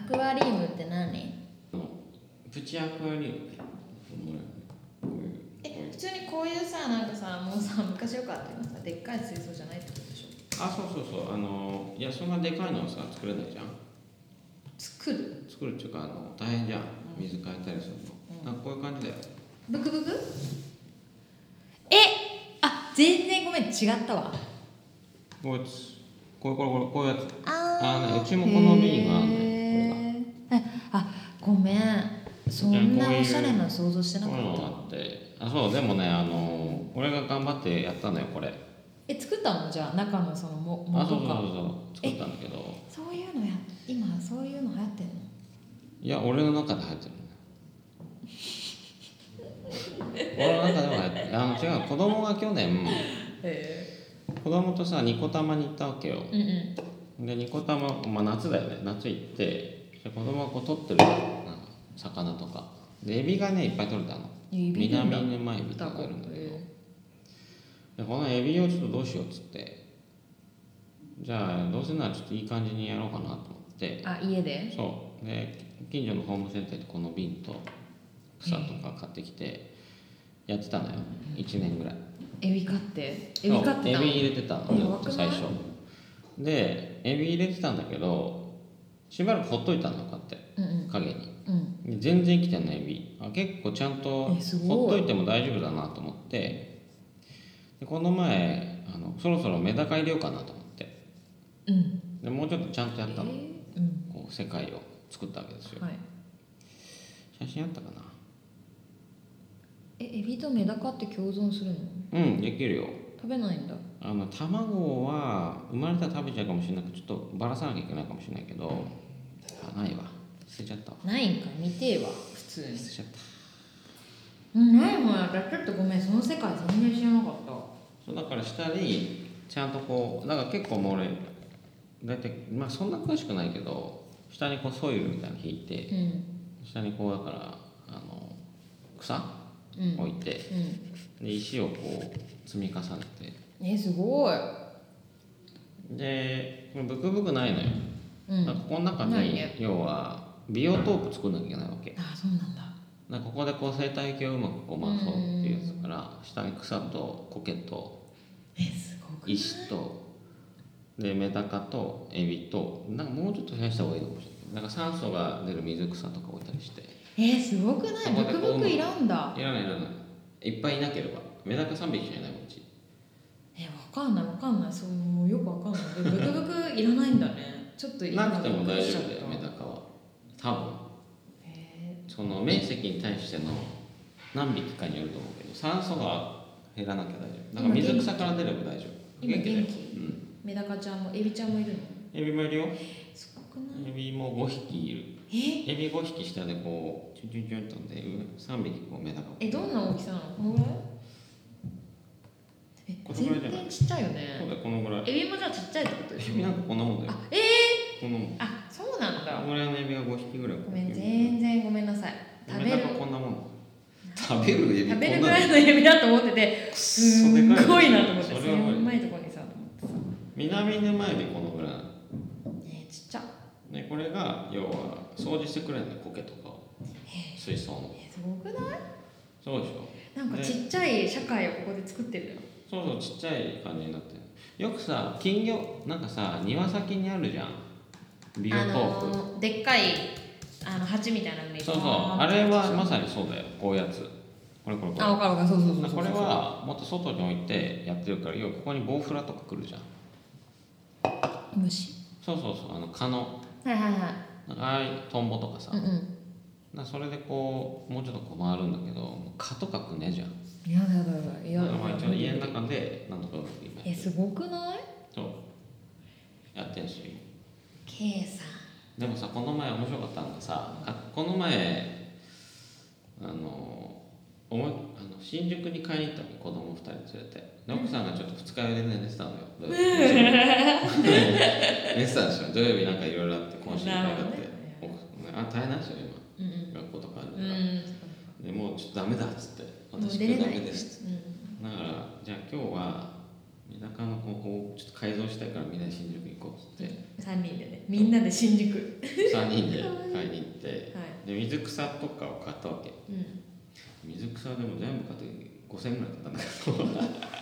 クアリウムって何？ プチアクアリウムって普通にこういうさ、なんかさ、もうさ、昔よくあったようなさ、でっかい水槽じゃないってことでしょ？ あ、そういや、そんなでかいのはさ作れないじゃん。 作るっていうか大変じゃん、水変えたりするの、なんかこういう感じだよ。 ブクブク。あ、全然ごめん、違ったわ。 こういうやつ、こういうやつ。 ね、 うちもこの瓶があるね、これが。 ごめん、そんなおしゃれな想像してなかった。 こういうのがあって、そうでもね、俺が頑張ってやったのよこれ。 作ったの？じゃあ中のそのもとか。 そう作ったんだけど。 そういうの今そういうの流行ってんの？ いや、俺の中で流行ってる俺の中でも流行ってる。違う、子供が去年子供とさニコタマに行ったわけよ。でニコタマ、夏だよね、夏行って子供がこう取ってる魚とかでエビがねいっぱい取れたの。南沼エビとかあるんだけど、でこのエビをちょっとどうしようっつって、じゃあどうせならちょっといい感じにやろうかなと思って。 家で？ そうで近所のホームセンターでこの瓶と草とか買ってきてやってたのよ、1年ぐらい。 エビ飼ってたの？ エビ入れてたのずっと最初で。エビ入れてたんだけどしばらくほっといたのこうやって影に、全然生きてんのエビ。結構ちゃんとほっといても大丈夫だなと思って、でこの前そろそろメダカ入れようかなと思って、でもうちょっとちゃんとやったの、こう世界を作ったわけですよ、写真あったかな。 エビとメダカって共存するの？ できるよ。 食べないんだ。 卵は生まれたら食べちゃうかもしれなくてちょっとばらさなきゃいけないかもしれないけど、ないわ、捨てちゃったわ。 ないんか見てえわ、普通に捨てちゃった。 ないもん。私ちょっとごめん、その世界全然知らなかった。 そうだから下にちゃんとこう、だから結構もう俺大体そんな詳しくないけど、下にこうソイルみたいなの引いて、下にこうだから草置いて、で石をこう積み重ねて、 すごい。 でこれブクブクないのよ、だからここの中に、要はビオトープ作んなきゃいけないわけ。 そうなんだ。 だからここでこう生態系をうまくこう回そうっていうやつだから、下に草と苔とすごく石とでメダカとエビとなんかもうちょっと増やした方がいいかもしれない。だから酸素が出る水草とか置いたりして。 すごくない？ブクブクいらんだ。 いらない。いっぱいいなければ。メダカ3匹しかいないもんうち。 わかんない。そうもうよくわかんない。ブクブクいらないんだね。ちょっとなくても大丈夫だよメダカは多分。その面積に対しての何匹かによると思うけど、酸素が減らなきゃ大丈夫。だから水草から出れば大丈夫。 今元気？メダカちゃんもエビちゃんもいるの？ エビもいるよ。 すごくない？ エビも5匹いる。エビ5匹下でこうチュンチュンチュンとんで3匹こうメダカ。 どんな大きさなの？このぐらい？全然ちっちゃいよね。 そうだよ、このぐらい。 エビもじゃあちっちゃいってことでしょ？ エビなんかこんなもんだよ。こんなもん。 そうなんだ。 このぐらいのエビが5匹ぐらい。 ごめん、全然ごめんなさい。 メダカこんなもん。食べるエビ。 食べるぐらいのエビだと思ってて、すんごいなと思って。それうまいとこにさと思ってさ。 南沼エビこのぐらい。 ちっちゃ。 これが要は掃除してくれるんだよ、苔とかを。水槽の。 すごくない？ そうでしょ。 なんかちっちゃい社会をここで作ってるよ。 そうちっちゃい感じになってる。よくさ金魚なんかさ庭先にあるじゃん、ビオトープ、 でっかい鉢みたいなのに。 そうあれはまさにそうだよ、こういうやつ。これ分かるそうこれはもっと外に置いてやってるから、要はここにボウフラとか来るじゃん、 虫。 そう蚊の長いトンボとかさ、それでこうもうちょっとこう回るんだけど、蚊とか来ねえじゃん。 やだ一応家の中でなんとかうまくいかない。 すごくない？ そうやってんすよ。 K さん。 でもさ、この前面白かったのがさ、この前新宿に買いに行ったの、子供2人連れて。奥さんがちょっと二日酔いで寝てたのよ。寝てたんですよ。土曜日なんかいろいろあって今週いっぱいだって、大変なんですよ今、学校とかあるから、でもうちょっとダメだっつって、私今日ダメですって、だからじゃあ今日はメダカのここをちょっと改造したいからみんなで新宿行こうっつって 3人でね、みんなで新宿 3人で買いに行って、 はい、 で水草とかを買ったわけ、水草でも全部買って5000円ぐらい買ったんだけど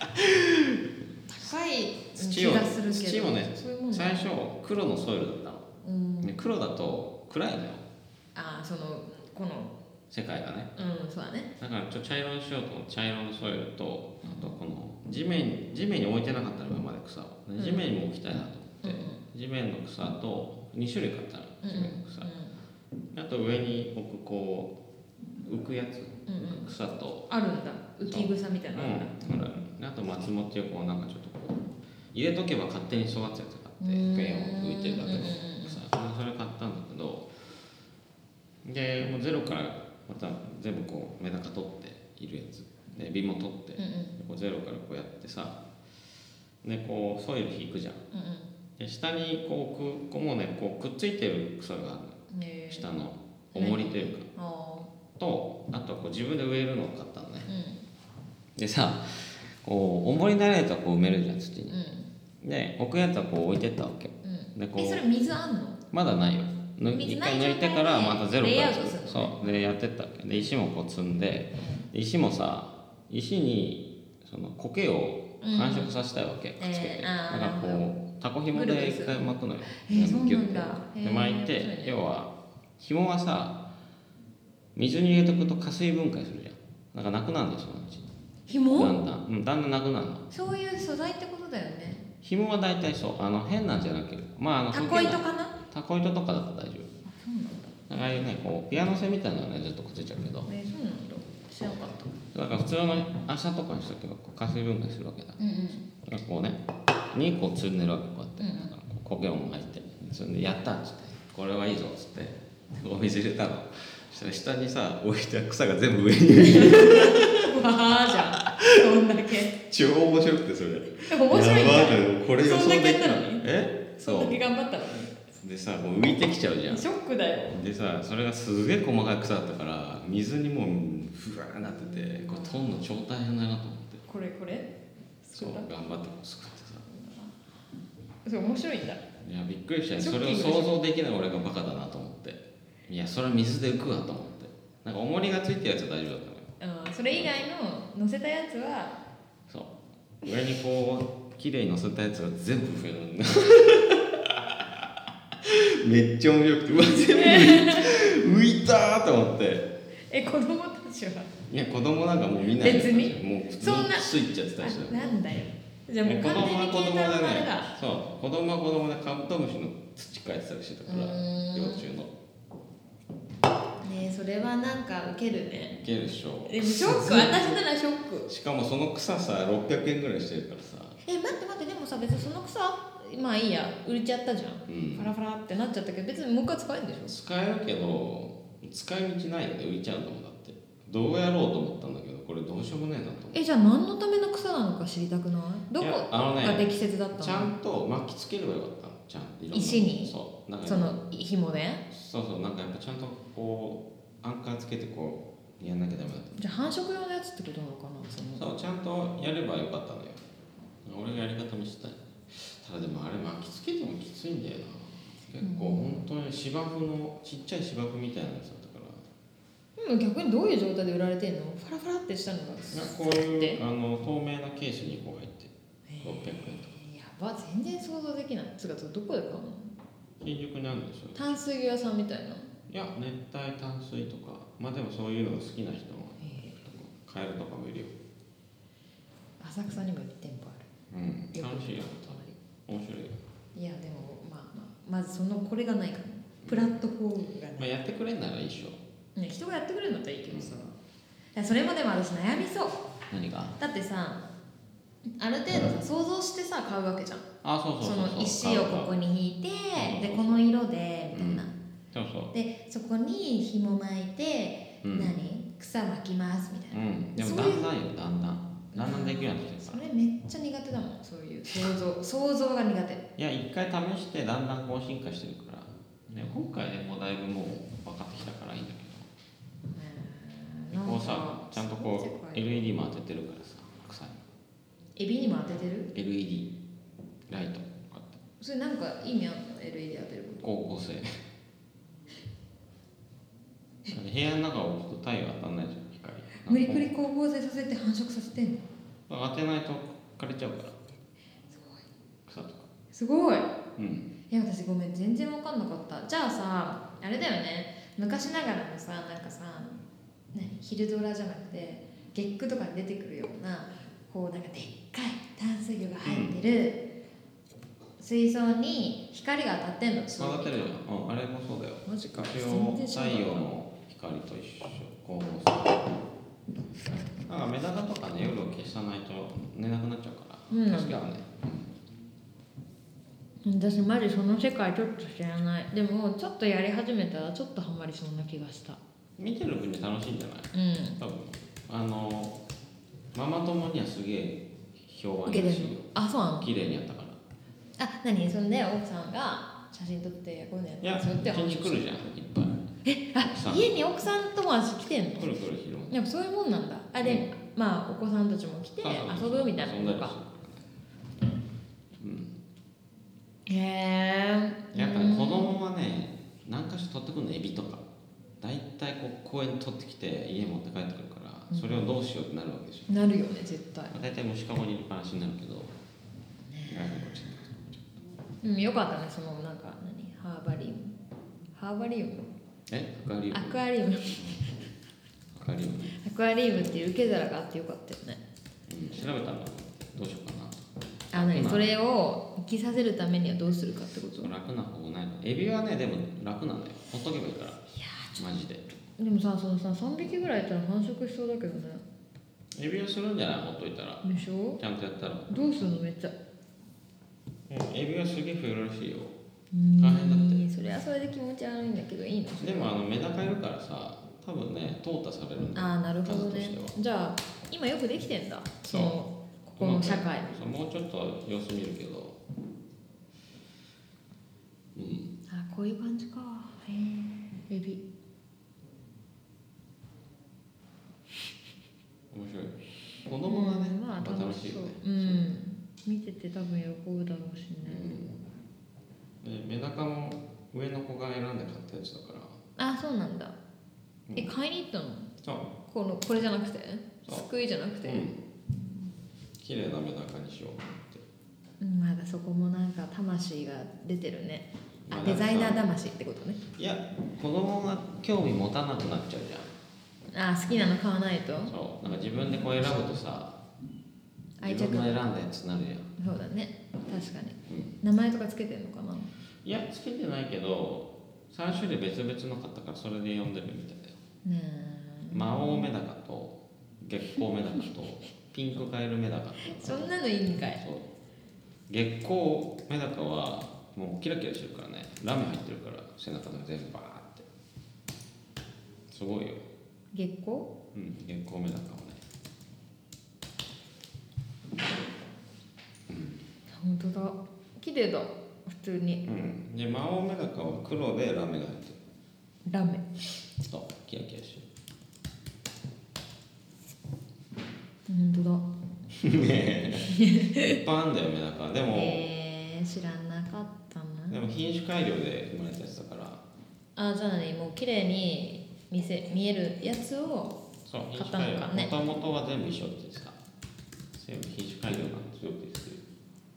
高い気がするけど、 土もね、最初黒のソイルだったの、で黒だと暗いのよ、 この世界がね、 そうだね、 だからちょっと茶色にしようと思って茶色のソイルと、あとこの地面に置いてなかったの今まで草を、地面にも置きたいなと思って、地面の草と2種類買ったの、地面の草、あと上に置くこう浮くやつ、草とあるんだ、浮き草みたいなのあるんだ、 あと松本っていうこうなんかちょっとこう入れとけば勝手に育つやつがあってペンを浮いてるだけの草、それ買ったんだけど、でもうゼロからまた全部こうメダカ取っているやつで瓶も取って、こうゼロからこうやってさ、でこうソイル引くじゃん、で下にこうもうねこうくっついてる草があるの、下の重りというか、とあとはこう自分で植えるのを買ったのね、でさこう重りになるやつはこう埋めるじゃん土に、で置くやつはこう置いてったわけ、でこうそれ水あんの？ まだないよ、一回抜いてからまたゼロからそうでやってったわけで、石もこう積んで、石もさ石にその苔を繁殖させたいわけ、くっつけて、だからこうタコ紐で一回巻くのよ、ギュッてで巻いて、要は紐はさ水に入れとくと加水分解するじゃん、なんかなくなるんですよ、そのうち紐？ だんだんなくなるの。 そういう素材ってことだよね。 紐は大体そう変なんじゃなければ、 タコ糸かな？ タコ糸とかだと大丈夫。ああいうねこうピアノ線みたいなのはねずっとくっついちゃうけど、 そうなんだ、知らなかった。 だから普通の麻とかにしとけばこう加水分解するわけだ、だからこうね2個積んでるわけ、こうやって、だからこう苔を巻いて、それでやったっつって、これはいいぞっつってお水入れたの、そしたら下にさ置いた草が全部上にわーじゃん、そんだけ超面白くて、それ面白いんだ、 これ予想できない、 そんだけ頑張ったのにでさもう浮いてきちゃうじゃん、 ショックだよ。 でさそれがすげえ細かい草だったから水にもうふわーなってて、これ取んの超大変だなと思って、 これそう頑張ってすくってさ、 それ面白いんだ。 いやびっくりしたね、それを想像できない俺がバカだなと思って、いやそれは水で浮くわと思って、なんか重りがついてるやつは大丈夫だったのよ、 それ以外の乗せたやつはそう上にこう綺麗に乗せたやつが全部増えるんだめっちゃ面白くて、うわ全部浮いたーと思って、 子供たちは？ いや子供なんかもうみんな別にもう普通にスイッチやってたりして、 なんだよ、じゃあもう子供は子供でね、 だ。 そう子供は子供でカブトムシの土変えてたりしてたから、幼虫のねえ、それはなんかウケるね。 ウケるでしょ。 ショック、私ならショック。 しかもその草さ600円ぐらいしてるからさ、 待ってでもさ、別にその草まあいいや、売れちゃったじゃん、ファラフラってなっちゃったけど、別にもう一回使えるんでしょ？ 使えるけど使い道ないよね、浮いちゃうのも、だってどうやろうと思ったんだけどこれどうしようもねえなと思って。 じゃあ何のための草なのか知りたくない？どこが適切だったの？ ちゃんと巻きつければよかったの、ちゃんと石に、 そうなんかその紐で、 そうなんかやっぱちゃんとこうアンカーつけてこうやんなきゃダメだった。 じゃあ繁殖用のやつってことなのかな？ そうちゃんとやればよかったのよ、俺がやり方見せたい。ただでもあれ巻きつけてもきついんだよな、結構本当に芝生のちっちゃい芝生みたいなやつだったから。 逆にどういう状態で売られてんの？ファラフラってしたのがこういう透明なケースにこう入って600円とか。 やば、全然想像できない。つかどこで買うの？ 新宿にあるんですよ。 淡水魚屋さんみたいな。 いや熱帯淡水とか、まあでもそういうのが好きな人もカエルとかもいるよ。 浅草にも1店舗ある。 楽しいよ、面白いよ。 いやでもまずこれがないから、プラットフォームがない。 やってくれんならいいっしょ。 ね、人がやってくれるんだったらいいけどさ、それもでも私悩みそう。 何が？ だってさ、ある程度さ想像してさ買うわけじゃん。 そうその石をここに引いて、でこの色でみたいな、でそこに紐巻いて、草巻きますみたいな、 でもだんだんできるようになってきてるから。 それめっちゃ苦手だもん、そういう想像が苦手。 いや一回試してだんだんこう進化してるから、今回でもうだいぶもう分かってきたからいいんだけど、こうさちゃんとこう LED も当ててるからさ、草にエビにも当ててる？ LED ライトあった。 それなんか意味あるの？ LED 当てること。 光合成部屋の中を置くと太陽当たんないじゃん、光。 無理くり光合成させて繁殖させてんの？ 当てないと枯れちゃうから。 すごい。 草とか。 すごい。 うん。 私ごめん、全然分かんなかった。じゃあさ、あれだよね、昔ながらのさ、なんかさ、昼ドラじゃなくて月9とかに出てくるような、こうなんかでっかい淡水魚が入ってる、水槽に光が当たってんの。 当たってるじゃん。あれもそうだよ。 マジか。 太陽の光と一緒。光合成。なんかメダカとかね、夜を消さないと寝なくなっちゃうから。 うん、確かにね。私マジその世界ちょっと知らない。でもちょっとやり始めたらちょっとハマりそうな気がした。 見てる分に楽しいんじゃない？多分ママ友にはすげえ評判いいらしいよ。 あ、そうなの？ 綺麗にやったから。 あ、何？そんで奥さんが写真撮ってこういうのやってますよって話。いや、一日来るじゃん、いっぱい。 家に奥さん友達来てんの？ 来る昼も。 やっぱそういうもんなんだ。あ、で、まあお子さんたちも来て遊ぶみたいなことか。へえ。 やっぱり子供はね、何かしら取ってくるの、エビとか。大体こう公園に取ってきて家持って帰ってくるから、それをどうしようってなるわけでしょ。 なるよね、絶対。 大体虫かごに入れっぱなしになるけど。 よかったね、そのなんかハーバリウム。ハーバリウム？ アクアリウム。 アクアリウム。 アクアリウム。 アクアリウムっていう受け皿があってよかったよね。 調べたのどうしようかな。 それを生きさせるためにはどうするかってこと？ 楽な方法ないの？エビはね、でも楽なんだよ。ほっとけばいいから。いやマジで。 でもさ、そのさ、3匹ぐらいいたら繁殖しそうだけどね。 エビはするんじゃない？ほっといたら。 でしょ？ ちゃんとやったら。 どうするの？めっちゃ。 エビはすげえ増えるらしいよ。大変だって。 それはそれで気持ち悪いんだけど、いいの？ でもメダカいるからさ、多分ね、淘汰されるんだよ。 ああ、なるほどね。じゃあ今よくできてんだ。そう。ここの社会。 もうちょっと様子見るけど。 あ、こういう感じか。へえ。エビ。 面白い。子供がね、まあ楽しいよね。 見てて多分喜ぶだろうしね。 メダカも上の子が選んで買ったやつだから。 あ、そうなんだ。買いに行ったの？ そう。 これじゃなくて？すくいじゃなくて？ 綺麗なメダカにしようって。 まだそこもなんか魂が出てるね。あ、デザイナー魂ってことね。 いや、子供が興味持たなくなっちゃうじゃん。 あ、好きなの買わないと。 そう、なんか自分でこう選ぶとさ、自分の選んだやつになるじゃん。 そうだね、確かに。名前とかつけてんのかな？ いや、つけてないけど、3種類別々の買ったからそれで呼んでるみたいだよ。魔王メダカと月光メダカとピンクカエルメダカと。 そんなのいいんかい。 そう。月光メダカはもうキラキラしてるからね、ラメ入ってるから背中が全部バーってすごいよ。 月光？ 月光メダカもね。 本当だ、綺麗だ、普通に。 で魔王メダカは黒でラメが入ってる。 ラメ。 そう、キラキラしてる。 本当だ。 ねえいっぱいあるんだよメダカ。でも知らなかったな。 でも品種改良で生まれたやつだから。 あ、じゃあもう綺麗に見えるやつを買ったのかね。 もともとは全部一緒ってさ、全部品種改良が強くてする。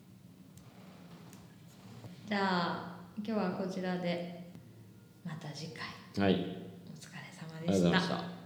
じゃあ今日はこちらで、また次回。 はい。 お疲れ様でした。